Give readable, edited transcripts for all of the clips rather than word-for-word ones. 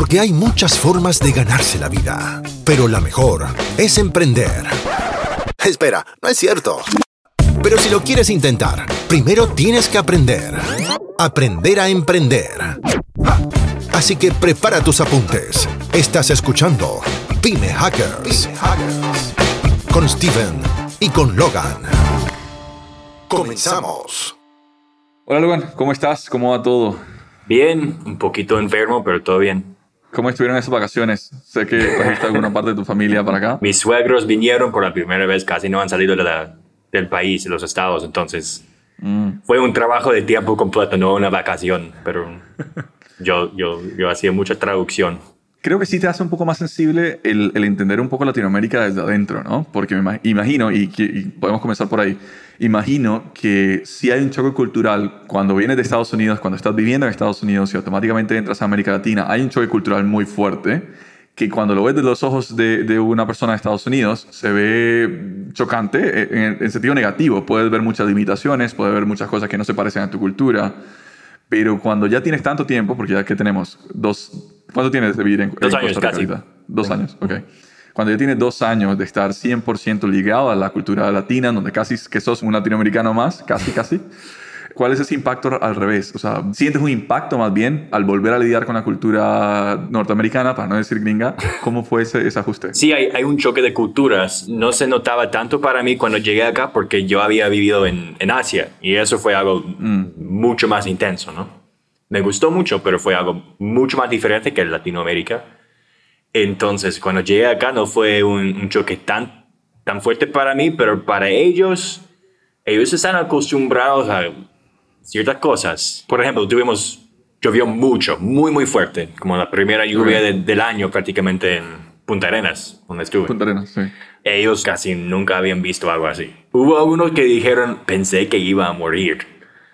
Porque hay muchas formas de ganarse la vida, pero la mejor es emprender. Espera, no es cierto. Pero si lo quieres intentar, primero tienes que aprender. Aprender a emprender. Así que prepara tus apuntes. Estás escuchando Pyme Hackers. Con Steven y con Logan. Comenzamos. Hola Logan, ¿cómo estás? ¿Cómo va todo? Bien, un poquito enfermo, pero todo bien. ¿Cómo estuvieron esas vacaciones? Sé que trajiste alguna parte de tu familia para acá. Mis suegros vinieron por la primera vez, casi no han salido del país, de los estados, entonces fue un trabajo de tiempo completo, no una vacación, pero yo hacía mucha traducción. Creo que sí te hace un poco más sensible el entender un poco Latinoamérica desde adentro, ¿no? Porque me imagino, y podemos comenzar por ahí, imagino que si hay un choque cultural cuando vienes de Estados Unidos, cuando estás viviendo en Estados Unidos y automáticamente entras a América Latina, hay un choque cultural muy fuerte que cuando lo ves de los ojos de una persona de Estados Unidos se ve chocante en sentido negativo. Puedes ver muchas limitaciones, puedes ver muchas cosas que no se parecen a tu cultura, pero cuando ya tienes tanto tiempo, porque ya que tenemos ¿cuánto tienes de vivir en Costa Rica casi. ahorita? 2 años, ok. Cuando ya tienes 2 años de estar 100% ligado a la cultura latina, donde casi que sos un latinoamericano más, casi, ¿cuál es ese impacto al revés? O sea, ¿sientes un impacto más bien al volver a lidiar con la cultura norteamericana, para no decir gringa? ¿Cómo fue ese ajuste? Sí, hay un choque de culturas. No se notaba tanto para mí cuando llegué acá porque yo había vivido en Asia y eso fue algo mucho más intenso, ¿no? Me gustó mucho, pero fue algo mucho más diferente que en Latinoamérica. Entonces, cuando llegué acá no fue un choque tan fuerte para mí, pero para ellos están acostumbrados a ciertas cosas. Por ejemplo, llovió mucho, muy fuerte, como la primera lluvia del año prácticamente en Punta Arenas, donde estuve. Punta Arenas, sí. Ellos casi nunca habían visto algo así. Hubo algunos que dijeron, pensé que iba a morir.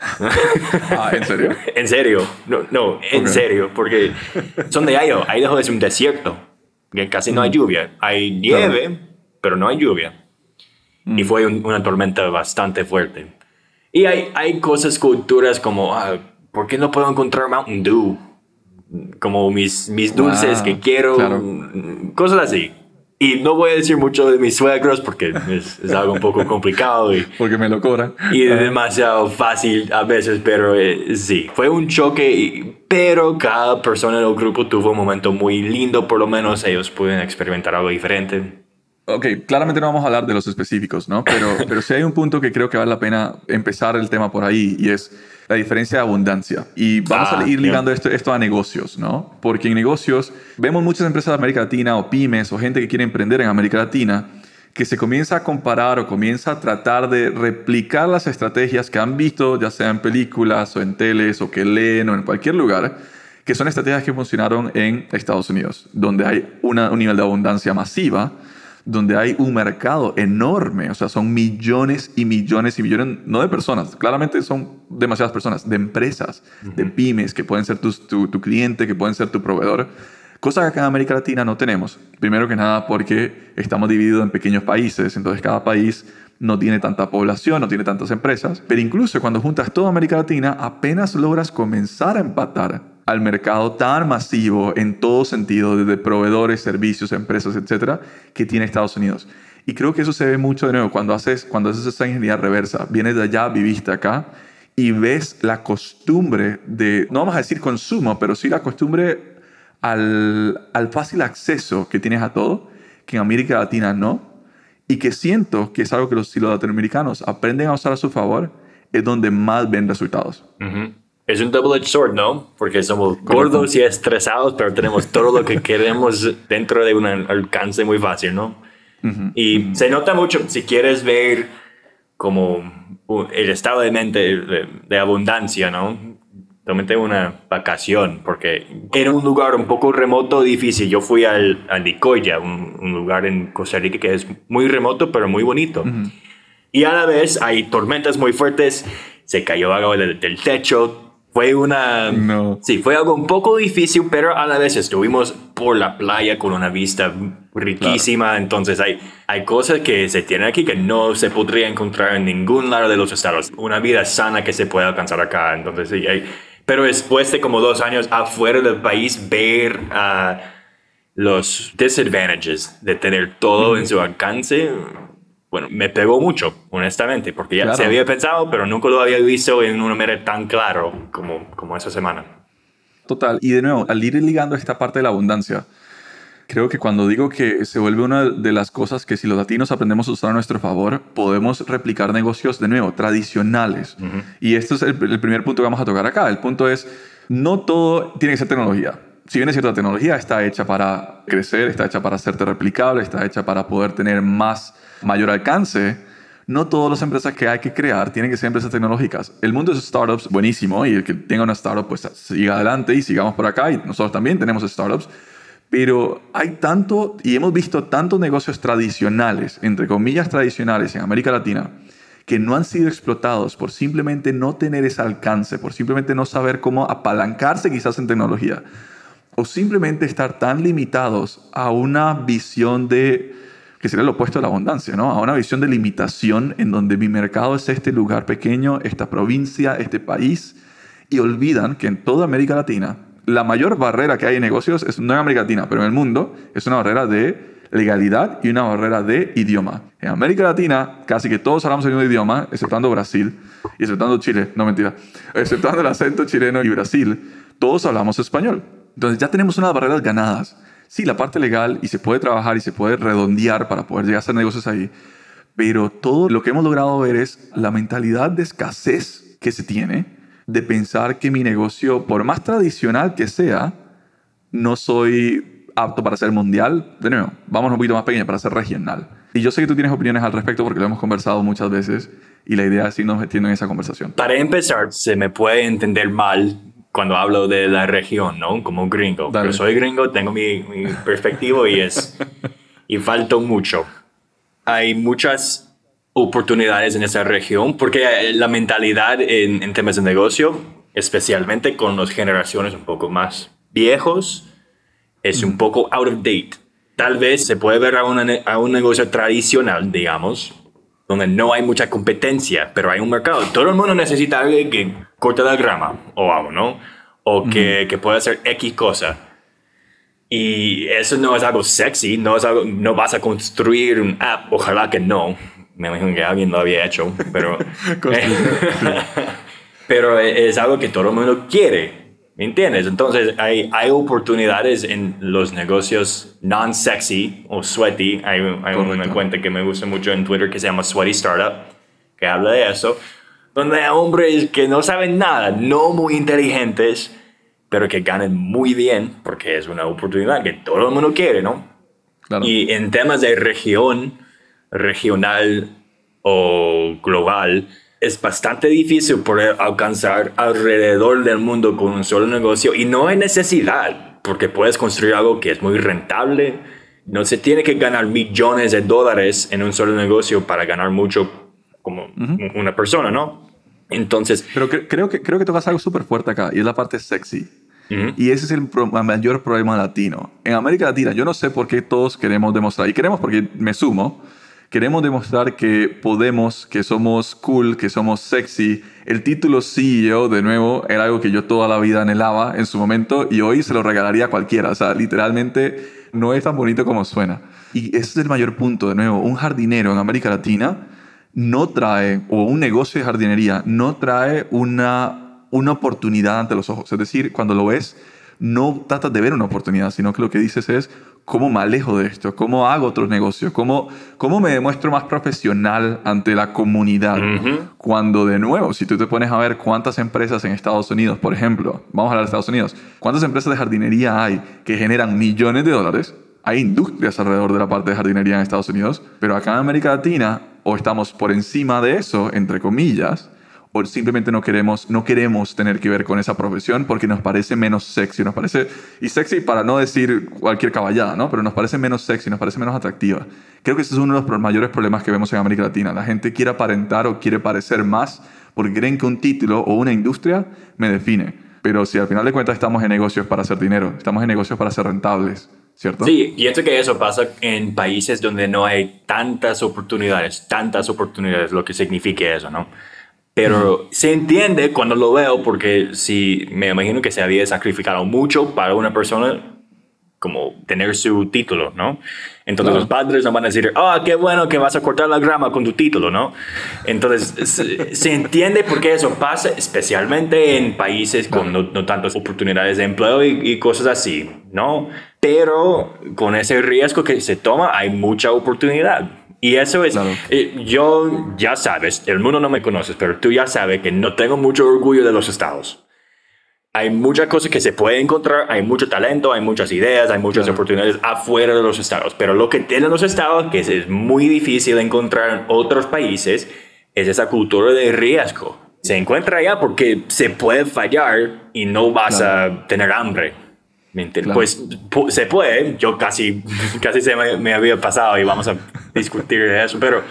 ¿En serio? En serio, no, en serio, porque son de Idaho. Idaho es un desierto, que casi no hay lluvia. Hay nieve, pero no hay lluvia. Y fue una tormenta bastante fuerte. Y hay culturas como, ¿por qué no puedo encontrar Mountain Dew? Como mis dulces que quiero, cosas así. Y no voy a decir mucho de mis suegros porque es algo un poco complicado. Porque me lo cobran. Y es demasiado fácil a veces, pero sí, fue un choque. Pero cada persona en el grupo tuvo un momento muy lindo, por lo menos ellos pueden experimentar algo diferente. Ok, claramente no vamos a hablar de los específicos, ¿no? Pero sí hay un punto que creo que vale la pena empezar el tema por ahí y es la diferencia de abundancia. Y vamos a ir ligando esto a negocios, ¿no? Porque en negocios vemos muchas empresas de América Latina o pymes o gente que quiere emprender en América Latina que se comienza a comparar o comienza a tratar de replicar las estrategias que han visto, ya sea en películas o en teles o que leen o en cualquier lugar, que son estrategias que funcionaron en Estados Unidos, donde hay un nivel de abundancia masiva, donde hay un mercado enorme, o sea, son millones y millones y millones, no de personas, claramente son demasiadas personas, de empresas, de pymes, que pueden ser tu cliente, que pueden ser tu proveedor, cosa que acá en América Latina no tenemos. Primero que nada porque estamos divididos en pequeños países, entonces cada país no tiene tanta población, no tiene tantas empresas, pero incluso cuando juntas toda América Latina, apenas logras comenzar a empatar al mercado tan masivo en todo sentido, desde proveedores, servicios, empresas, etcétera, que tiene Estados Unidos. Y creo que eso se ve mucho de nuevo cuando haces esa ingeniería reversa. Vienes de allá, viviste acá y ves la costumbre de, no vamos a decir consumo, pero sí la costumbre al fácil acceso que tienes a todo, que en América Latina no, y que siento que es algo que si los latinoamericanos aprenden a usar a su favor, es donde más ven resultados. Es un double-edged sword, ¿no? Porque somos gordos y estresados, pero tenemos todo lo que queremos dentro de un alcance muy fácil, ¿no? Y se nota mucho si quieres ver como el estado de mente de abundancia, ¿no? Tómate una vacación, porque era un lugar un poco remoto, difícil. Yo fui a Nicoya, un lugar en Costa Rica que es muy remoto, pero muy bonito. Y a la vez hay tormentas muy fuertes, se cayó agua del techo. Fue Sí, fue algo un poco difícil, pero a la vez estuvimos por la playa con una vista riquísima. Claro. Entonces hay cosas que se tienen aquí que no se podría encontrar en ningún lado de los estados. Una vida sana que se puede alcanzar acá. Entonces sí, Pero después de como 2 años afuera del país, ver los disadvantages de tener todo en su alcance, bueno, me pegó mucho, honestamente, porque ya se había pensado, pero nunca lo había visto en una manera tan claro como esa semana. Total. Y de nuevo, al ir ligando esta parte de la abundancia, creo que cuando digo que se vuelve una de las cosas que si los latinos aprendemos a usar a nuestro favor, podemos replicar negocios, de nuevo, tradicionales. Y este es el primer punto que vamos a tocar acá. El punto es, no todo tiene que ser tecnología. Si bien es cierto, la tecnología está hecha para crecer, está hecha para hacerte replicable, está hecha para poder tener mayor alcance, no todas las empresas que hay que crear tienen que ser empresas tecnológicas. El mundo de startups, buenísimo, y el que tenga una startup, pues siga adelante y sigamos por acá, y nosotros también tenemos startups, pero hay tanto, y hemos visto tantos negocios tradicionales, entre comillas tradicionales, en América Latina, que no han sido explotados por simplemente no tener ese alcance, por simplemente no saber cómo apalancarse quizás en tecnología, o simplemente estar tan limitados a una visión que sería lo opuesto a la abundancia, ¿no? A una visión de limitación en donde mi mercado es este lugar pequeño, esta provincia, este país, y olvidan que en toda América Latina la mayor barrera que hay en negocios no en América Latina, pero en el mundo, es una barrera de legalidad y una barrera de idioma. En América Latina, casi que todos hablamos el mismo idioma, exceptuando Brasil y exceptuando Chile, no mentira, exceptuando el acento chileno y Brasil, todos hablamos español. Entonces ya tenemos unas barreras ganadas. Sí, la parte legal, y se puede trabajar y se puede redondear para poder llegar a hacer negocios ahí, pero todo lo que hemos logrado ver es la mentalidad de escasez que se tiene, de pensar que mi negocio, por más tradicional que sea, no soy apto para ser mundial. De nuevo, vamos un poquito más pequeño, para ser regional. Y yo sé que tú tienes opiniones al respecto porque lo hemos conversado muchas veces y la idea es irnos metiendo en esa conversación. Para empezar, se me puede entender mal cuando hablo de la región, ¿no? Como gringo. Dale. Pero soy gringo, tengo mi perspectiva y falta mucho. Hay muchas oportunidades en esa región porque la mentalidad en temas de negocio, especialmente con las generaciones un poco más viejos, es un poco out of date. Tal vez se puede ver a un negocio tradicional, digamos, donde no hay mucha competencia, pero hay un mercado. Todo el mundo necesita a alguien que corte la grama o algo, ¿no? O que pueda hacer X cosa. Y eso no es algo sexy, no vas a construir un app, ojalá que no. Me imagino que alguien lo había hecho, pero... pero es algo que todo el mundo quiere, ¿me entiendes? Entonces hay oportunidades en los negocios non-sexy o sweaty. Hay una cuenta que me gusta mucho en Twitter que se llama Sweaty Startup, que habla de eso, donde hay hombres que no saben nada, no muy inteligentes, pero que ganan muy bien porque es una oportunidad que todo el mundo quiere, ¿no? Claro. Y en temas de regional o global, es bastante difícil poder alcanzar alrededor del mundo con un solo negocio y no hay necesidad porque puedes construir algo que es muy rentable. No se tiene que ganar millones de dólares en un solo negocio para ganar mucho como una persona, ¿no? Entonces... Pero creo que tocas algo súper fuerte acá y es la parte sexy. Y ese es el mayor problema latino. En América Latina, yo no sé por qué todos queremos demostrar, y queremos porque me sumo, queremos demostrar que podemos, que somos cool, que somos sexy. El título CEO, de nuevo, era algo que yo toda la vida anhelaba en su momento y hoy se lo regalaría a cualquiera. O sea, literalmente no es tan bonito como suena. Y ese es el mayor punto, de nuevo. Un jardinero en América Latina no trae, o un negocio de jardinería, no trae una oportunidad ante los ojos. Es decir, cuando lo ves, no tratas de ver una oportunidad, sino que lo que dices es ¿cómo me alejo de esto? ¿Cómo hago otros negocios? ¿Cómo me demuestro más profesional ante la comunidad? Cuando, de nuevo, si tú te pones a ver cuántas empresas en Estados Unidos, por ejemplo, vamos a hablar de Estados Unidos, ¿cuántas empresas de jardinería hay que generan millones de dólares? Hay industrias alrededor de la parte de jardinería en Estados Unidos, pero acá en América Latina o estamos por encima de eso, entre comillas, o simplemente no queremos tener que ver con esa profesión porque nos parece menos sexy, y sexy para no decir cualquier caballada, ¿no? Pero nos parece menos sexy, nos parece menos atractiva. Creo que ese es uno de los mayores problemas que vemos en América Latina. La gente quiere aparentar o quiere parecer más porque creen que un título o una industria me define. Pero si al final de cuentas estamos en negocios para hacer dinero, estamos en negocios para ser rentables, ¿cierto? Sí, y pienso que eso pasa en países donde no hay tantas oportunidades, lo que significa eso, ¿no? Pero se entiende cuando lo veo, porque si me imagino que se había sacrificado mucho para una persona como tener su título, ¿no? Entonces los padres no van a decir, qué bueno que vas a cortar la grama con tu título, ¿no? Entonces se entiende por qué eso pasa, especialmente en países con no tantas oportunidades de empleo y cosas así, ¿no? Pero con ese riesgo que se toma hay mucha oportunidad. Y eso es, yo ya sabes, el mundo no me conoces, pero tú ya sabes que no tengo mucho orgullo de los estados. Hay muchas cosas que se pueden encontrar, hay mucho talento, hay muchas ideas, hay muchas oportunidades afuera de los estados. Pero lo que tienen los estados, que es muy difícil de encontrar en otros países, es esa cultura de riesgo. Se encuentra allá porque se puede fallar y no vas a tener hambre. Pues se puede, yo casi se me había pasado y vamos a discutir de eso, pero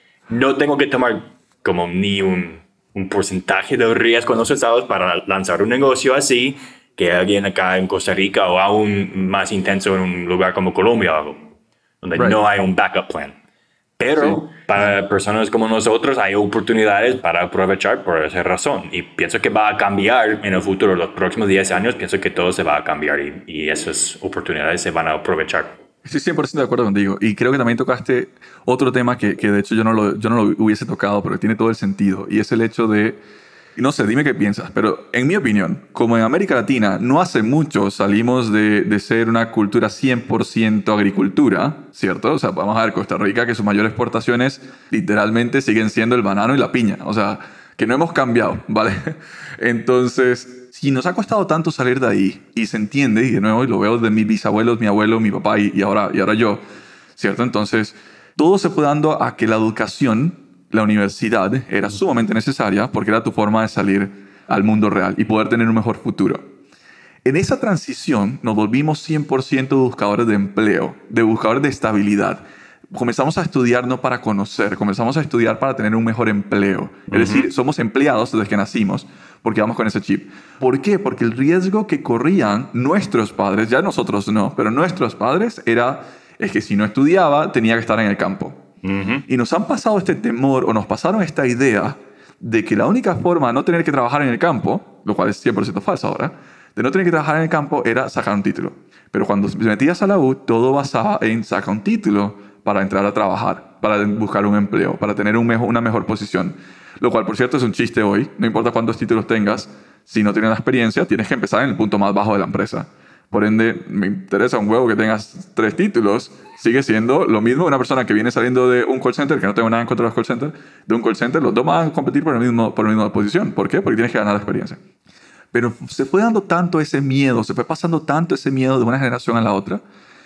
no tengo que tomar como ni un porcentaje de riesgo en los estados para lanzar un negocio así que alguien acá en Costa Rica o aún más intenso en un lugar como Colombia, donde no hay un backup plan. Pero para personas como nosotros hay oportunidades para aprovechar por esa razón. Y pienso que va a cambiar en el futuro, los próximos 10 años, pienso que todo se va a cambiar y esas oportunidades se van a aprovechar. Estoy 100% de acuerdo contigo. Y creo que también tocaste otro tema que de hecho yo no lo hubiese tocado, pero tiene todo el sentido. Y es el hecho de, no sé, dime qué piensas, pero en mi opinión, como en América Latina, no hace mucho salimos de ser una cultura 100% agricultura, ¿cierto? O sea, vamos a ver Costa Rica, que sus mayores exportaciones literalmente siguen siendo el banano y la piña. O sea, que no hemos cambiado, ¿vale? Entonces, si nos ha costado tanto salir de ahí, y se entiende, y de nuevo lo veo de mis bisabuelos, mi abuelo, mi papá y ahora yo, ¿cierto? Entonces, todo se fue dando a que la educación, la universidad, era sumamente necesaria porque era tu forma de salir al mundo real y poder tener un mejor futuro. En esa transición nos volvimos 100% buscadores de empleo, de buscadores de estabilidad. Comenzamos a estudiar no para conocer, comenzamos a estudiar para tener un mejor empleo. Es decir, somos empleados desde que nacimos porque vamos con ese chip. ¿Por qué? Porque el riesgo que corrían nuestros padres, ya nosotros no, pero nuestros padres es que si no estudiaba tenía que estar en el campo. Y nos han pasado este temor o nos pasaron esta idea de que la única forma de no tener que trabajar en el campo, lo cual es 100% falso ahora, de no tener que trabajar en el campo era sacar un título. Pero cuando te metías a la U, todo basaba en sacar un título para entrar a trabajar, para buscar un empleo, para tener una mejor posición. Lo cual, por cierto, es un chiste hoy. No importa cuántos títulos tengas, si no tienes la experiencia, tienes que empezar en el punto más bajo de la empresa. Por ende, me interesa un huevo que tengas 3 títulos. Sigue siendo lo mismo una persona que viene saliendo de un call center, que no tengo nada en contra de los call centers, de un call center, los dos van a competir por la misma posición. ¿Por qué? Porque tienes que ganar la experiencia. Pero se fue dando tanto ese miedo, se fue pasando tanto ese miedo de una generación a la otra,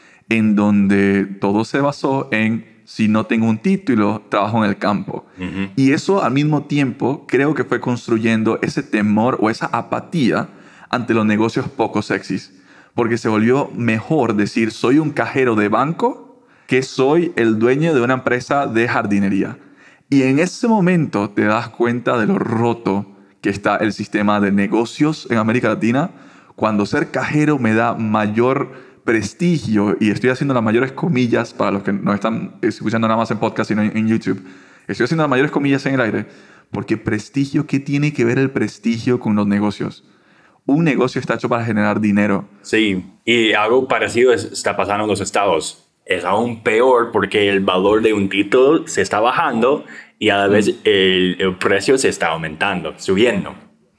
en donde todo se basó en, si no tengo un título, trabajo en el campo. Y eso al mismo tiempo creo que fue construyendo ese temor o esa apatía ante los negocios poco sexys. Porque se volvió mejor decir soy un cajero de banco que soy el dueño de una empresa de jardinería. Y en ese momento te das cuenta de lo roto que está el sistema de negocios en América Latina, cuando ser cajero me da mayor prestigio, y estoy haciendo las mayores comillas para los que no están escuchando nada más en podcast sino en YouTube, estoy haciendo las mayores comillas en el aire, porque prestigio, ¿qué tiene que ver el prestigio con los negocios? Un negocio está hecho para generar dinero. Sí, y algo parecido está pasando en los estados. Es aún peor porque el valor de un título se está bajando y a la vez el precio se está aumentando, subiendo.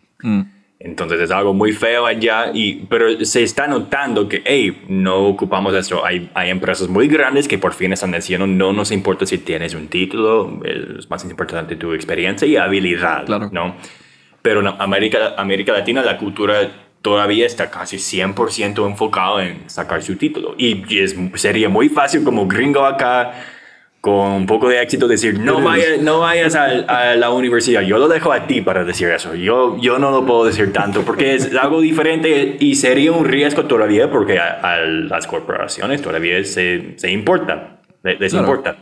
Entonces es algo muy feo allá, pero se está notando que, hey, no ocupamos esto. Hay empresas muy grandes que por fin están diciendo, no nos importa si tienes un título, es más importante tu experiencia y habilidad, claro, ¿no? Pero en América Latina la cultura todavía está casi 100% enfocado en sacar su título. Y sería muy fácil como gringo acá, con un poco de éxito, decir, no vayas a la universidad. Yo lo dejo a ti para decir eso. Yo no lo puedo decir tanto porque es algo diferente y sería un riesgo todavía porque a las corporaciones todavía se importa, les importa.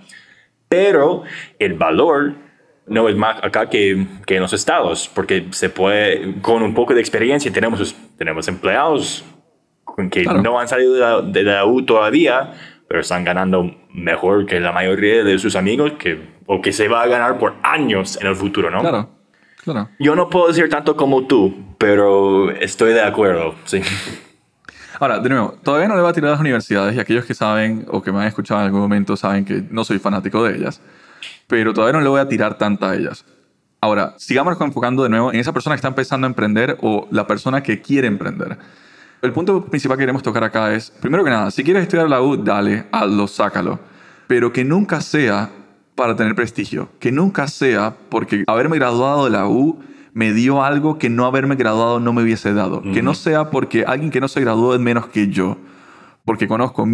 Pero el valor no es más acá que en los estados, porque se puede, con un poco de experiencia, tenemos empleados que no han salido de la U todavía, pero están ganando mejor que la mayoría de sus amigos o que se va a ganar por años en el futuro, ¿no? Claro. Yo no puedo decir tanto como tú, pero estoy de acuerdo, sí. Ahora, de nuevo, todavía no le voy a tirar a las universidades y aquellos que saben o que me han escuchado en algún momento saben que no soy fanático de ellas, pero todavía no le voy a tirar tanto a ellas. Ahora, sigamos enfocando de nuevo en esa persona que está empezando a emprender o la persona que quiere emprender. El punto principal que queremos tocar acá es, primero que nada, si quieres estudiar la U, dale, hazlo, sácalo, pero que nunca sea para tener prestigio, que nunca sea porque haberme graduado de la U me dio algo que no haberme graduado no me hubiese dado. Que no sea porque alguien que no se graduó es menos que yo. Porque conozco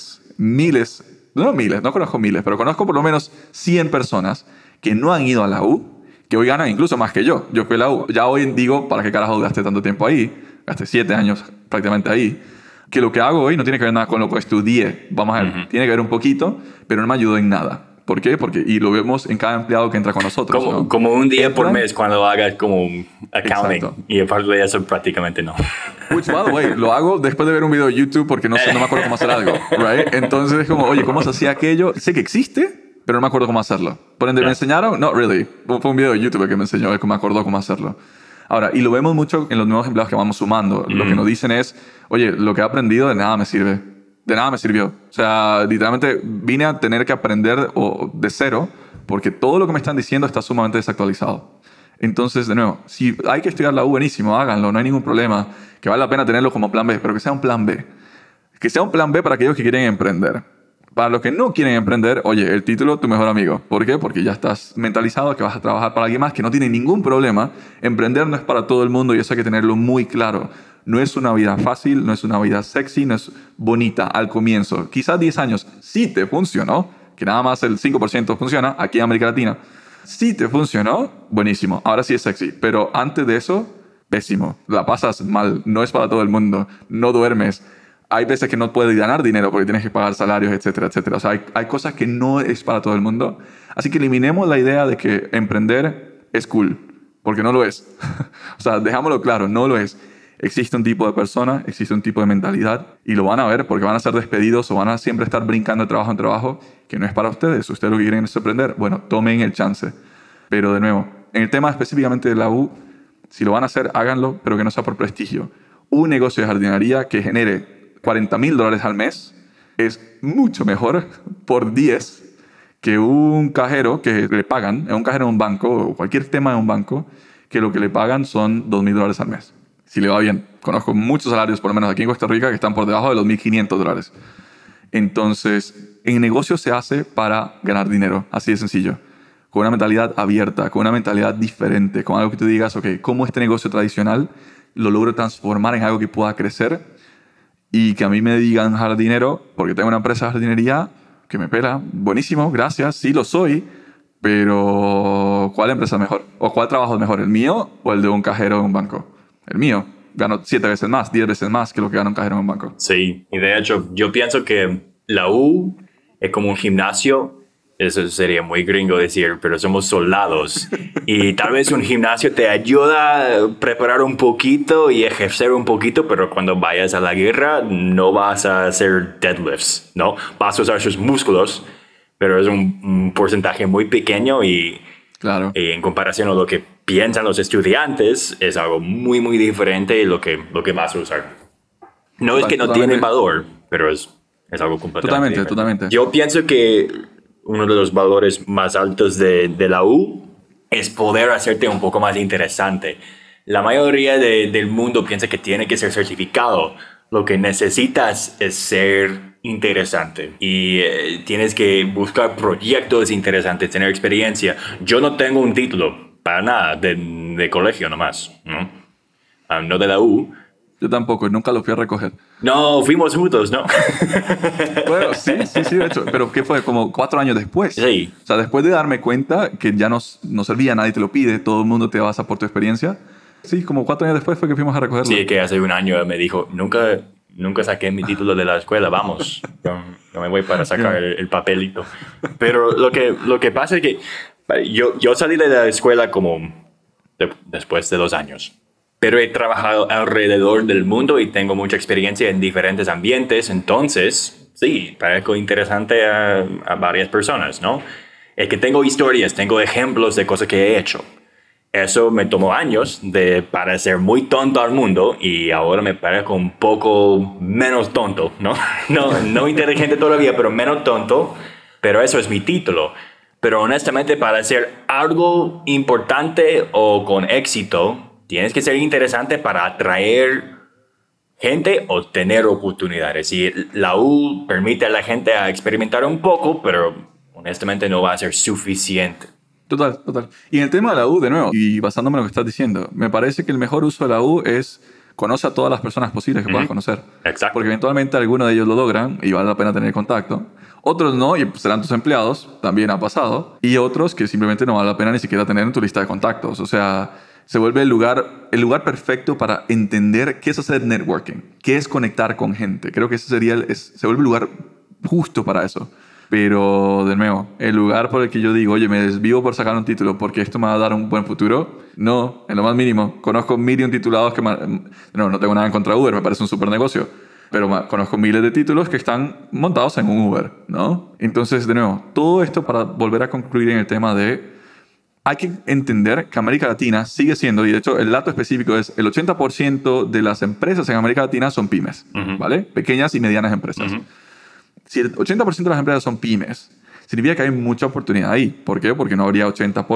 no conozco miles, pero conozco por lo menos 100 personas que no han ido a la U, que hoy ganan incluso más que yo. Yo fui a la U. Ya hoy digo, ¿para qué carajo gasté tanto tiempo ahí? Gasté 7 años prácticamente ahí. Que lo que hago hoy no tiene que ver nada con lo que estudié. Vamos a ver, tiene que ver un poquito, pero no me ayudó en nada. ¿Por qué? Y lo vemos en cada empleado que entra con nosotros. Como un día por mes cuando hagas como accounting. Exacto. Y aparte de eso, prácticamente no. Which, by the way, lo hago después de ver un video de YouTube porque no me acuerdo cómo hacer algo. Right? Entonces es como, oye, ¿cómo se hacía aquello? Sé que existe, pero no me acuerdo cómo hacerlo. ¿Por ende me enseñaron? No, really. Fue un video de YouTube que me enseñó, que me acordó cómo hacerlo. Ahora, y lo vemos mucho en los nuevos empleados que vamos sumando. Lo que nos dicen es, oye, lo que he aprendido de nada me sirve. De nada me sirvió. O sea, literalmente vine a tener que aprender de cero porque todo lo que me están diciendo está sumamente desactualizado. Entonces, de nuevo, si hay que estudiar la U, buenísimo, háganlo, no hay ningún problema. Que vale la pena tenerlo como plan B, pero que sea un plan B. Que sea un plan B para aquellos que quieren emprender. Para los que no quieren emprender, oye, el título, tu mejor amigo. ¿Por qué? Porque ya estás mentalizado que vas a trabajar para alguien más que no tiene ningún problema. Emprender no es para todo el mundo y eso hay que tenerlo muy claro. No es una vida fácil, no es una vida sexy, no es bonita al comienzo. Quizás 10 años sí te funcionó, que nada más el 5% funciona aquí en América Latina. Sí te funcionó, buenísimo. Ahora sí es sexy. Pero antes de eso, pésimo. La pasas mal, no es para todo el mundo, no duermes. Hay veces que no puedes ganar dinero porque tienes que pagar salarios, etcétera, etcétera. O sea, hay cosas que no es para todo el mundo. Así que eliminemos la idea de que emprender es cool, porque no lo es. O sea, dejámoslo claro, no lo es. Existe un tipo de persona, existe un tipo de mentalidad y lo van a ver porque van a ser despedidos o van a siempre estar brincando de trabajo en trabajo que no es para ustedes. Ustedes lo que quieren es aprender. Bueno, tomen el chance. Pero de nuevo, en el tema específicamente de la U, si lo van a hacer, háganlo, pero que no sea por prestigio. Un negocio de jardinería que genere $40,000 al mes es mucho mejor por 10 que un cajero que le pagan, un cajero en un banco o cualquier tema de un banco, que lo que le pagan son $2,000 al mes. Si le va bien. Conozco muchos salarios, por lo menos aquí en Costa Rica, que están por debajo de los $1,500. Entonces, en negocio se hace para ganar dinero, así de sencillo. Con una mentalidad abierta, con una mentalidad diferente, con algo que tú digas, ok, ¿cómo este negocio tradicional lo logro transformar en algo que pueda crecer? Y que a mí me digan jardinero, porque tengo una empresa de jardinería que me pela, buenísimo, gracias, sí lo soy, pero ¿cuál empresa es mejor? ¿O cuál trabajo es mejor, el mío o el de un cajero en un banco? El mío. Gano 7 veces más, 10 veces más que lo que gana un cajero en un banco. Sí, y de hecho, yo pienso que la U es como un gimnasio. Eso sería muy gringo decir, pero somos soldados. Y tal vez un gimnasio te ayuda a preparar un poquito y ejercer un poquito, pero cuando vayas a la guerra no vas a hacer deadlifts, ¿no? Vas a usar sus músculos, pero es un porcentaje muy pequeño y claro. En comparación a lo que piensan los estudiantes, es algo muy, muy diferente de lo que vas a usar. No es que no tiene valor, pero es algo completamente diferente. Totalmente. Yo pienso que uno de los valores más altos de la U es poder hacerte un poco más interesante. La mayoría del mundo piensa que tiene que ser certificado. Lo que necesitas es ser interesante y tienes que buscar proyectos interesantes, tener experiencia. Yo no tengo un título para nada de colegio nomás, ¿no? No de la U. Yo tampoco, nunca lo fui a recoger. No, fuimos juntos, ¿no? Bueno, sí, de hecho. Pero ¿qué fue? Como 4 años después. Sí. O sea, después de darme cuenta que ya no servía, nadie te lo pide, todo el mundo te basa por tu experiencia. Sí, como 4 años después fue que fuimos a recogerlo. Sí, que hace un año me dijo, nunca saqué mi título de la escuela, vamos. Yo me voy para sacar el papelito. Pero lo que pasa es que yo salí de la escuela como después de 2 años. Pero he trabajado alrededor del mundo y tengo mucha experiencia en diferentes ambientes. Entonces, sí, parezco interesante a varias personas, ¿no? Es que tengo historias, tengo ejemplos de cosas que he hecho. Eso me tomó años de parecer muy tonto al mundo y ahora me parezco un poco menos tonto, ¿no? No inteligente todavía, pero menos tonto. Pero eso es mi título. Pero honestamente, para hacer algo importante o con éxito, tienes que ser interesante para atraer gente o tener oportunidades. Y la U permite a la gente a experimentar un poco, pero honestamente no va a ser suficiente. Total. Y en el tema de la U, de nuevo, y basándome en lo que estás diciendo, me parece que el mejor uso de la U es conoce a todas las personas posibles que puedas conocer. Exacto. Porque eventualmente algunos de ellos lo logran y vale la pena tener contacto. Otros no, y serán tus empleados, también ha pasado. Y otros que simplemente no vale la pena ni siquiera tener en tu lista de contactos. O sea, se vuelve el lugar perfecto para entender qué es hacer networking, qué es conectar con gente. Creo que ese se vuelve el lugar justo para eso. Pero, de nuevo, el lugar por el que yo digo, oye, me desvivo por sacar un título porque esto me va a dar un buen futuro, no, en lo más mínimo. Conozco 1.000 titulados que... No tengo nada en contra de Uber, me parece un súper negocio. Pero conozco miles de títulos que están montados en un Uber, ¿no? Entonces, de nuevo, todo esto para volver a concluir en el tema de... Hay que entender que América Latina sigue siendo, y de hecho el dato específico es el 80% de las empresas en América Latina son pymes, ¿vale? Pequeñas y medianas empresas. Si el 80% de las empresas son pymes, significa que hay mucha oportunidad ahí. ¿Por qué? Porque no habría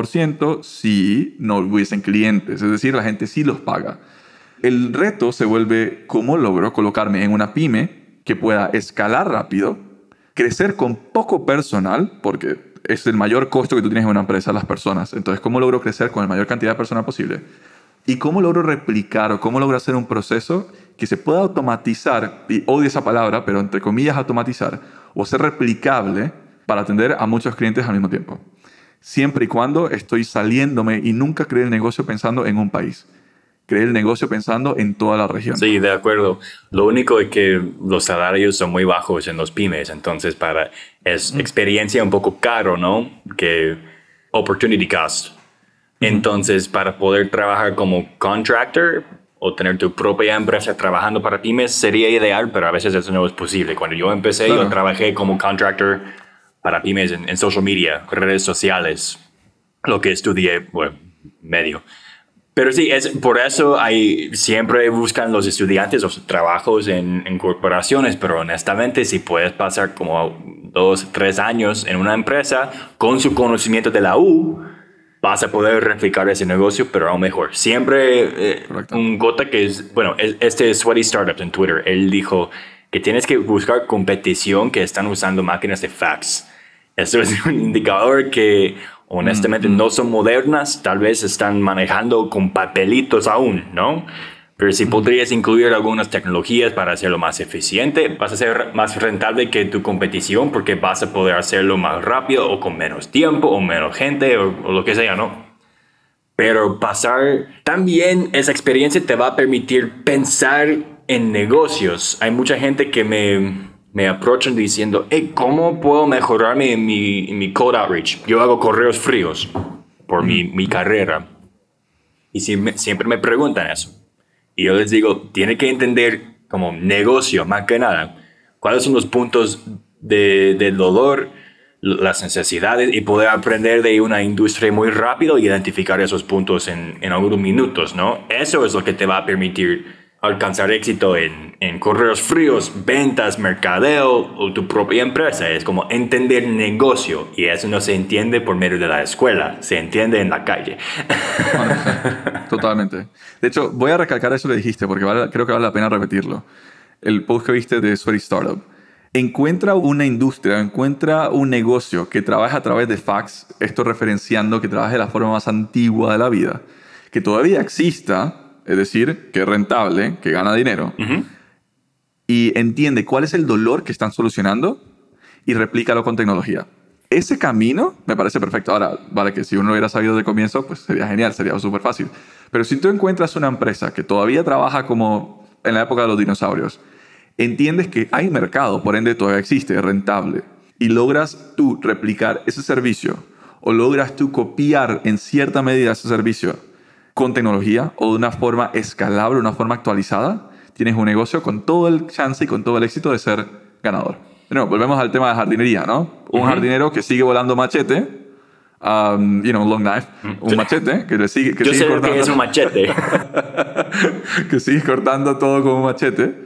80% si no hubiesen clientes. Es decir, la gente sí los paga. El reto se vuelve cómo logro colocarme en una pyme que pueda escalar rápido, crecer con poco personal, porque es el mayor costo que tú tienes en una empresa, las personas. Entonces, ¿cómo logro crecer con la mayor cantidad de personal posible? ¿Y cómo logro replicar o cómo logro hacer un proceso que se pueda automatizar, y odio esa palabra, pero entre comillas automatizar, o ser replicable para atender a muchos clientes al mismo tiempo? Siempre y cuando estoy saliéndome y nunca creé el negocio pensando en un país. Creé el negocio pensando en toda la región. Sí, de acuerdo. Lo único es que los salarios son muy bajos en los pymes, entonces es experiencia un poco caro, ¿no? Que opportunity cost. Entonces, para poder trabajar como contractor o tener tu propia empresa trabajando para pymes sería ideal, pero a veces eso no es posible. Cuando yo empecé, yo trabajé como contractor para pymes en social media, redes sociales, lo que estudié, bueno, medio. Pero sí, por eso siempre buscan los estudiantes los trabajos en corporaciones, pero honestamente si puedes pasar como 2 o 3 años en una empresa con su conocimiento de la U, vas a poder replicar ese negocio, pero aún mejor. Siempre un gota que es, bueno, este Sweaty Startups en Twitter, él dijo que tienes que buscar competición que están usando máquinas de fax. Eso es un indicador que honestamente no son modernas, tal vez están manejando con papelitos aún, ¿no? Pero si podrías incluir algunas tecnologías para hacerlo más eficiente, vas a ser más rentable que tu competición porque vas a poder hacerlo más rápido o con menos tiempo o menos gente o lo que sea, ¿no? Pero también esa experiencia te va a permitir pensar en negocios. Hay mucha gente que me approachan diciendo, hey, ¿cómo puedo mejorar mi cold outreach? Yo hago correos fríos por mi carrera. Y siempre me preguntan eso. Y yo les digo, tiene que entender como negocio, más que nada, cuáles son los puntos de dolor, las necesidades, y poder aprender de una industria muy rápido y identificar esos puntos en algunos minutos, ¿no? Eso es lo que te va a permitir alcanzar éxito en correos fríos, ventas, mercadeo o tu propia empresa. Es como entender negocio, y eso no se entiende por medio de la escuela, se entiende en la calle. Totalmente. De hecho, voy a recalcar eso que dijiste porque creo que vale la pena repetirlo. El post que viste de Sweaty Startup. Encuentra una industria, encuentra un negocio que trabaje a través de fax, esto referenciando que trabaje de la forma más antigua de la vida, que todavía exista, es decir, que es rentable, que gana dinero, y entiende cuál es el dolor que están solucionando y replícalo con tecnología. Ese camino me parece perfecto. Ahora, vale que si uno lo hubiera sabido de comienzo, pues sería genial, sería súper fácil. Pero si tú encuentras una empresa que todavía trabaja como en la época de los dinosaurios, entiendes que hay mercado, por ende todavía existe, es rentable, y logras tú replicar ese servicio o logras tú copiar en cierta medida ese servicio con tecnología o de una forma escalable, una forma actualizada, tienes un negocio con todo el chance y con todo el éxito de ser ganador. Bueno, volvemos al tema de jardinería, ¿no? Un jardinero que sigue volando machete long knife, un machete, que sigue Yo sé cortando. lo que es un machete. Que sigue cortando todo con un machete.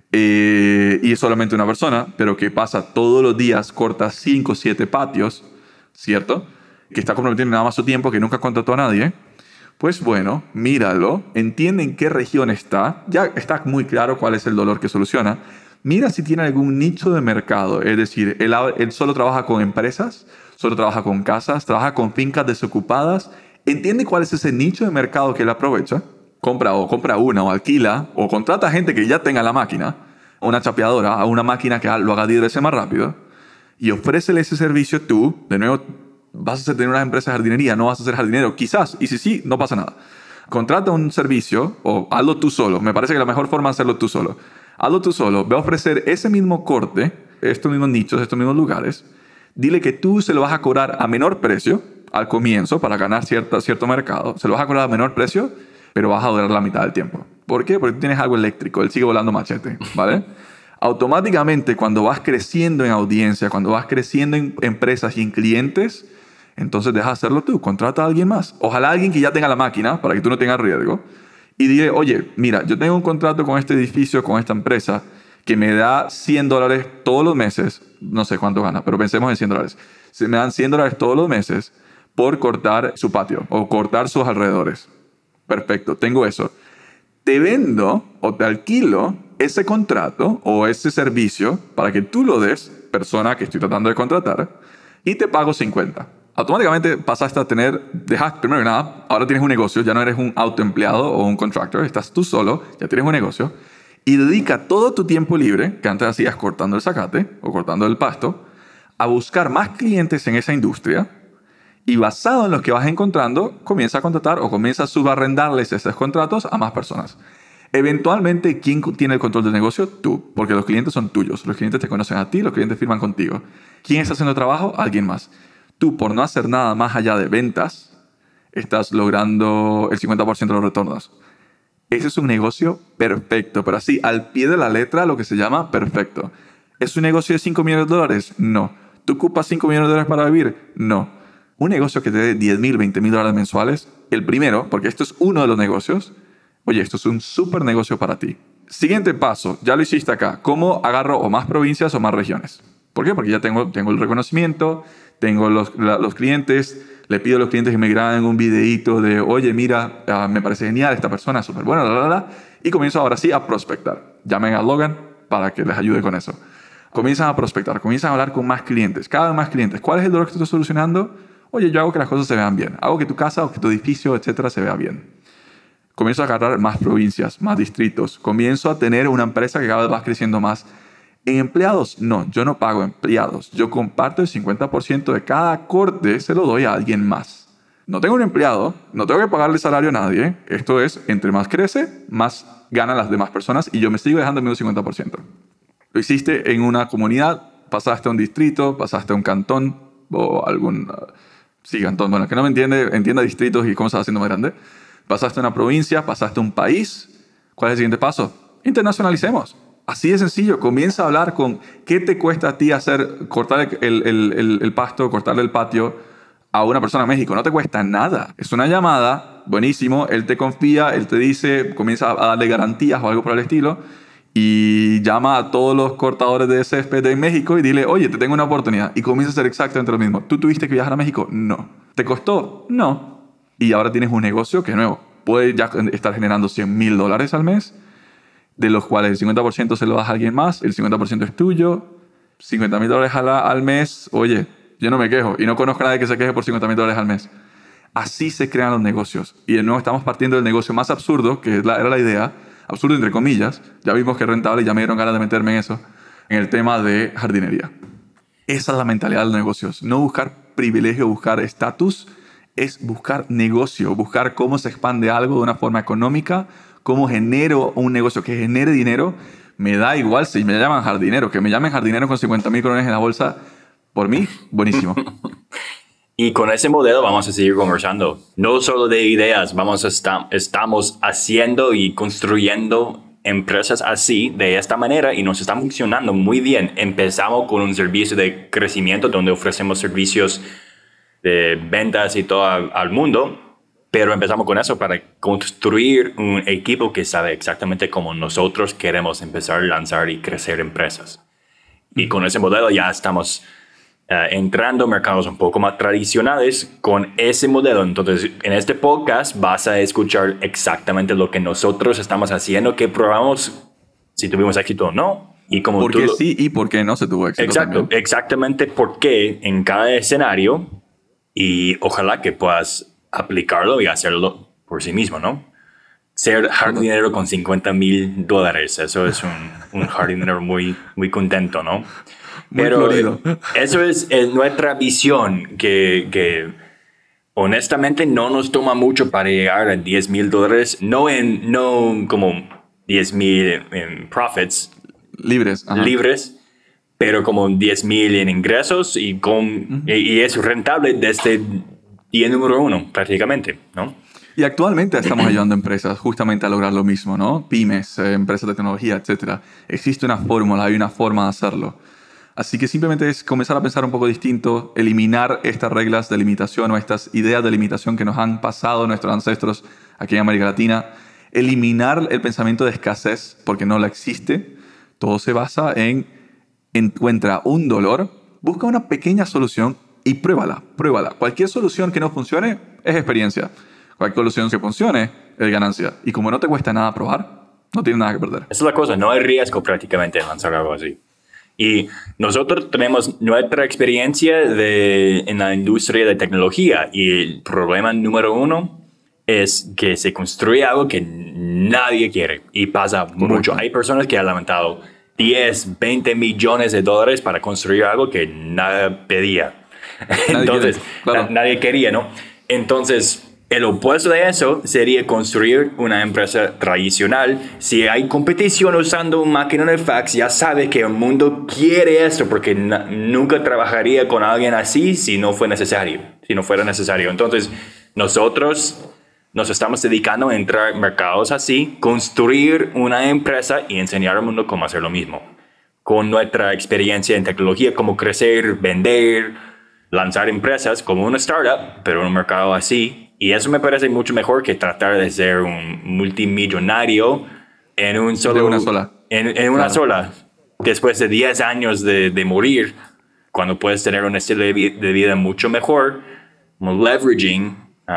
Y es solamente una persona, pero que pasa todos los días, corta 5 o 7 patios, ¿cierto? Que está comprometiendo nada más su tiempo, que nunca contrató a nadie. Pues bueno, míralo, entiende en qué región está, ya está muy claro cuál es el dolor que soluciona. Mira si tiene algún nicho de mercado, es decir, él solo trabaja con empresas, solo trabaja con casas, trabaja con fincas desocupadas. Entiende cuál es ese nicho de mercado que él aprovecha. Compra una o alquila o contrata a gente que ya tenga la máquina, una chapeadora, a una máquina que lo haga 10 veces más rápido y ofrécele ese servicio tú. De nuevo, vas a tener una empresa de jardinería, no vas a ser jardinero, quizás, y si sí, no pasa nada. Contrata un servicio o hazlo tú solo. Me parece que la mejor forma es hacerlo tú solo. Hazlo tú solo, ve a ofrecer ese mismo corte, estos mismos nichos, estos mismos lugares. Dile que tú se lo vas a cobrar a menor precio al comienzo para ganar cierto mercado. Se lo vas a cobrar a menor precio, pero vas a durar la mitad del tiempo. ¿Por qué? Porque tú tienes algo eléctrico, él sigue volando machete, ¿vale? Automáticamente, cuando vas creciendo en audiencia, cuando vas creciendo en empresas y en clientes, entonces deja de hacerlo tú, contrata a alguien más. Ojalá alguien que ya tenga la máquina para que tú no tengas riesgo. Y dile, oye, mira, yo tengo un contrato con este edificio, con esta empresa, que me da $100 todos los meses. No sé cuánto gana, pero pensemos en $100. Se me dan $100 todos los meses por cortar su patio o cortar sus alrededores. Perfecto, tengo eso. Te vendo o te alquilo ese contrato o ese servicio para que tú lo des, persona que estoy tratando de contratar, y te pago 50. Automáticamente pasaste a primero que nada, ahora tienes un negocio, ya no eres un autoempleado o un contractor, estás tú solo, ya tienes un negocio, y dedica todo tu tiempo libre, que antes hacías cortando el zacate o cortando el pasto, a buscar más clientes en esa industria. Y basado en los que vas encontrando, comienza a contratar o comienza a subarrendarles esos contratos a más personas. Eventualmente, ¿quién tiene el control del negocio? Tú, porque los clientes son tuyos. Los clientes te conocen a ti, los clientes firman contigo. ¿Quién está haciendo el trabajo? Alguien más. Tú, por no hacer nada más allá de ventas, estás logrando el 50% de los retornos. Ese es un negocio perfecto, pero así, al pie de la letra, lo que se llama perfecto. ¿Es un negocio de $5 millones? No. ¿Tú ocupas $5 millones para vivir? No. Un negocio que te dé $10,000, $20,000 mensuales, el primero, porque esto es uno de los negocios, oye, esto es un súper negocio para ti. Siguiente paso, ya lo hiciste acá. ¿Cómo agarro o más provincias o más regiones? ¿Por qué? Porque ya tengo el reconocimiento, tengo los clientes, le pido a los clientes que me graben un videíto de, oye, mira, me parece genial, esta persona es súper buena, y comienzo ahora sí a prospectar. Llamen a Logan para que les ayude con eso. Comienzan a prospectar, comienzan a hablar con más clientes, cada vez más clientes. ¿Cuál es el dolor que estoy solucionando? Oye, yo hago que las cosas se vean bien. Hago que tu casa o que tu edificio, etcétera, se vea bien. Comienzo a agarrar más provincias, más distritos. Comienzo a tener una empresa que cada vez va creciendo más. En empleados, no, yo no pago empleados. Yo comparto el 50% de cada corte, se lo doy a alguien más. No tengo un empleado, no tengo que pagarle salario a nadie. Esto es, entre más crece, más ganan las demás personas y yo me sigo dejando el mismo 50%. Lo hiciste en una comunidad, pasaste a un distrito, pasaste a un cantón o algún... Sí, cantón, bueno, que no me entienda distritos y cómo se va haciendo más grande. Pasaste a una provincia, pasaste a un país. ¿Cuál es el siguiente paso? Internacionalicemos. Así de sencillo. Comienza a hablar con qué te cuesta a ti cortar el pasto, cortarle el patio a una persona en México. No te cuesta nada. Es una llamada, buenísimo. Él te confía, él te dice, comienza a darle garantías o algo por el estilo. Y llama a todos los cortadores de césped en México y dile, oye, te tengo una oportunidad. Y comienza a hacer exactamente lo mismo. ¿Tú tuviste que viajar a México? No. ¿Te costó? No. Y ahora tienes un negocio que, nuevo, puede ya estar generando $100,000 al mes, de los cuales el 50% se lo das a alguien más, el 50% es tuyo, $50,000 al mes. Oye, yo no me quejo y no conozco a nadie que se queje por $50,000 al mes. Así se crean los negocios. Y de nuevo estamos partiendo del negocio más absurdo, que era la idea, absurdo entre comillas, ya vimos que es rentable y ya me dieron ganas de meterme en eso, en el tema de jardinería. Esa es la mentalidad de los negocios. No buscar privilegio, buscar estatus, es buscar negocio, buscar cómo se expande algo de una forma económica, cómo genero un negocio que genere dinero. Me da igual si me llaman jardinero, que me llamen jardinero con 50,000 colones en la bolsa, por mí, buenísimo. Y con ese modelo vamos a seguir conversando. No solo de ideas, estamos haciendo y construyendo empresas así, de esta manera, y nos están funcionando muy bien. Empezamos con un servicio de crecimiento donde ofrecemos servicios de ventas y todo al mundo. Pero empezamos con eso para construir un equipo que sabe exactamente cómo nosotros queremos empezar a lanzar y crecer empresas. Y con ese modelo ya estamos entrando a mercados un poco más tradicionales con ese modelo. Entonces, en este podcast vas a escuchar exactamente lo que nosotros estamos haciendo, que probamos si tuvimos éxito o no. Y como ¿Por qué sí y por qué no se tuvo éxito? Exacto, también. Exactamente por qué en cada escenario, y ojalá que puedas aplicarlo y hacerlo por sí mismo, ¿no? Ser jardinero con $50,000, eso es un jardinero muy, muy contento, ¿no? Pero eso es nuestra visión que honestamente no nos toma mucho para llegar a $10,000, no como 10,000 en profits libres, pero como 10,000 en ingresos y es rentable desde día número 1 prácticamente, ¿no? Y actualmente estamos ayudando a empresas justamente a lograr lo mismo, ¿no? Pymes, empresas de tecnología, etcétera. Existe una fórmula, hay una forma de hacerlo. Así que simplemente es comenzar a pensar un poco distinto, eliminar estas reglas de limitación o estas ideas de limitación que nos han pasado nuestros ancestros aquí en América Latina. Eliminar el pensamiento de escasez, porque no la existe. Todo se basa en encuentra un dolor, busca una pequeña solución y pruébala. Cualquier solución que no funcione es experiencia. Cualquier solución que funcione es ganancia. Y como no te cuesta nada probar, no tienes nada que perder. Esa es la cosa, no hay riesgo prácticamente en lanzar algo así. Y nosotros tenemos nuestra experiencia en la industria de tecnología y el problema número 1 es que se construye algo que nadie quiere y pasa mucho. Hay personas que han levantado 10, 20 millones de dólares para construir algo que nadie pedía. Entonces, nadie quería, ¿no? Entonces, el opuesto de eso sería construir una empresa tradicional. Si hay competición usando una máquina de fax, ya sabe que el mundo quiere esto porque nunca trabajaría con alguien así si no fuera necesario. Entonces, nosotros nos estamos dedicando a entrar en mercados así, construir una empresa y enseñar al mundo cómo hacer lo mismo. Con nuestra experiencia en tecnología, cómo crecer, vender, lanzar empresas como una startup, pero en un mercado así. Y eso me parece mucho mejor que tratar de ser un multimillonario en un solo... De una sola. En una sola. Después de 10 años de morir, cuando puedes tener un estilo de vida mucho mejor, como leveraging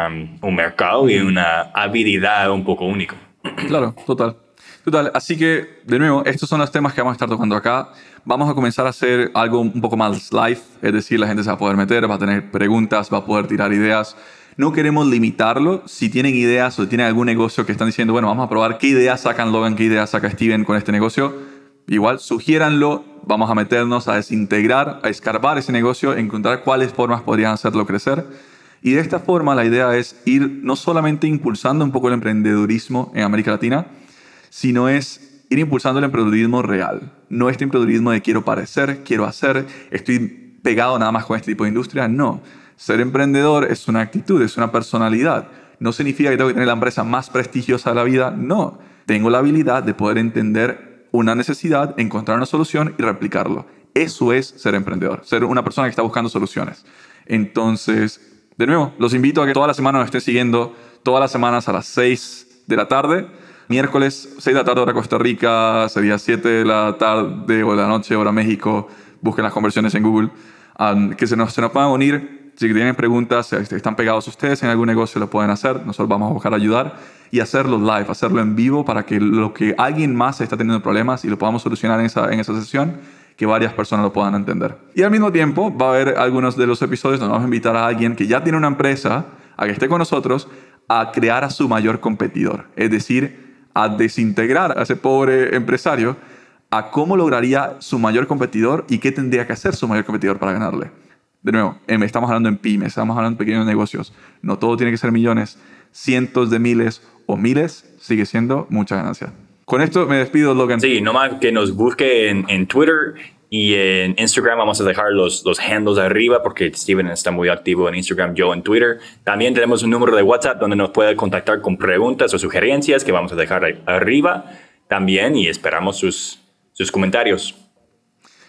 un mercado y una habilidad un poco único. Claro, total. Así que, de nuevo, estos son los temas que vamos a estar tocando acá. Vamos a comenzar a hacer algo un poco más live, es decir, la gente se va a poder meter, va a tener preguntas, va a poder tirar ideas. No queremos limitarlo. Si tienen ideas o tienen algún negocio que están diciendo, bueno, vamos a probar qué ideas sacan Logan, qué ideas saca Steven con este negocio, igual sugiéranlo, vamos a meternos a desintegrar, a escarbar ese negocio, encontrar cuáles formas podrían hacerlo crecer. Y de esta forma la idea es ir no solamente impulsando un poco el emprendedurismo en América Latina, sino es ir impulsando el emprendedurismo real. No este emprendedurismo de quiero parecer, quiero hacer, estoy pegado nada más con este tipo de industria. No. Ser emprendedor es una actitud, es una personalidad. No significa que tengo que tener la empresa más prestigiosa de la vida. No. Tengo la habilidad de poder entender una necesidad, encontrar una solución y replicarlo. Eso es ser emprendedor. Ser una persona que está buscando soluciones. Entonces, de nuevo, los invito a que toda la semana nos estén siguiendo. Todas las semanas a las 6 de la tarde. Miércoles, 6 de la tarde hora Costa Rica. Sería 7 de la tarde o de la noche hora México. Busquen las conversiones en Google. Que se nos puedan unir. Si tienen preguntas, si están pegados ustedes en algún negocio, lo pueden hacer. Nosotros vamos a buscar ayudar y hacerlo live, hacerlo en vivo para que lo que alguien más está teniendo problemas y lo podamos solucionar en esa sesión, que varias personas lo puedan entender. Y al mismo tiempo va a haber algunos de los episodios donde vamos a invitar a alguien que ya tiene una empresa a que esté con nosotros a crear a su mayor competidor. Es decir, a desintegrar a ese pobre empresario a cómo lograría su mayor competidor y qué tendría que hacer su mayor competidor para ganarle. De nuevo, estamos hablando en pymes, estamos hablando en pequeños negocios. No todo tiene que ser millones, cientos de miles o miles sigue siendo mucha ganancia. Con esto me despido, Logan. Sí, nomás que nos busque en Twitter y en Instagram. Vamos a dejar los handles arriba porque Steven está muy activo en Instagram, yo en Twitter. También tenemos un número de WhatsApp donde nos puede contactar con preguntas o sugerencias que vamos a dejar arriba también y esperamos sus comentarios.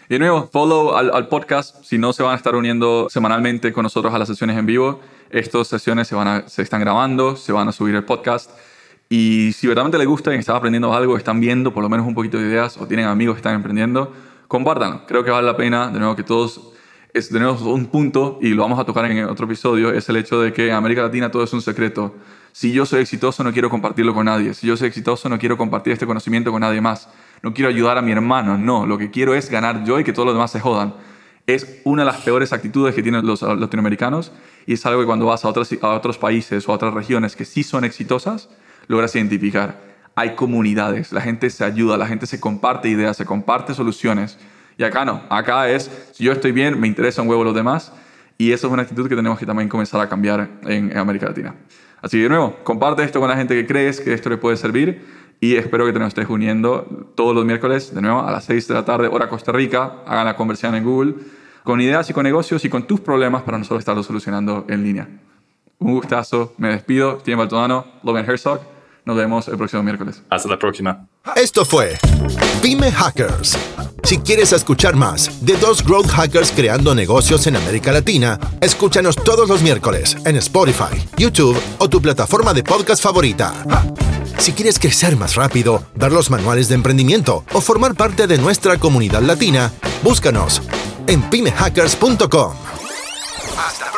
Y de nuevo, follow al podcast. Si no se van a estar uniendo semanalmente con nosotros a las sesiones en vivo, estas sesiones se están grabando, se van a subir el podcast. Y si verdaderamente les gusta y están aprendiendo algo, están viendo por lo menos un poquito de ideas o tienen amigos que están emprendiendo, compártanlo. Creo que vale la pena, de nuevo, que todos... Es de nuevo un punto, y lo vamos a tocar en otro episodio, es el hecho de que en América Latina todo es un secreto. Si yo soy exitoso, no quiero compartirlo con nadie. Si yo soy exitoso, no quiero compartir este conocimiento con nadie más. No quiero ayudar a mi hermano, no. Lo que quiero es ganar yo y que todos los demás se jodan. Es una de las peores actitudes que tienen los latinoamericanos, y es algo que cuando vas a otros países o a otras regiones que sí son exitosas, logras identificar. Hay comunidades, la gente se ayuda, la gente se comparte ideas, se comparte soluciones. Y acá no, acá es, si yo estoy bien, me interesa un huevo los demás, y eso es una actitud que tenemos que también comenzar a cambiar en América Latina. Así que de nuevo, comparte esto con la gente que crees que esto le puede servir, y espero que te nos estés uniendo todos los miércoles, de nuevo, a las 6 de la tarde, hora Costa Rica. Hagan la conversión en Google, con ideas y con negocios y con tus problemas para nosotros estarlos solucionando en línea. Un gustazo, me despido, Steven Baltodano, Logan Herzog. Nos vemos el próximo miércoles. Hasta la próxima. Esto fue Pyme Hackers. Si quieres escuchar más de dos growth hackers creando negocios en América Latina, escúchanos todos los miércoles en Spotify, YouTube o tu plataforma de podcast favorita. Si quieres crecer más rápido, ver los manuales de emprendimiento o formar parte de nuestra comunidad latina, búscanos en pymehackers.com. Hasta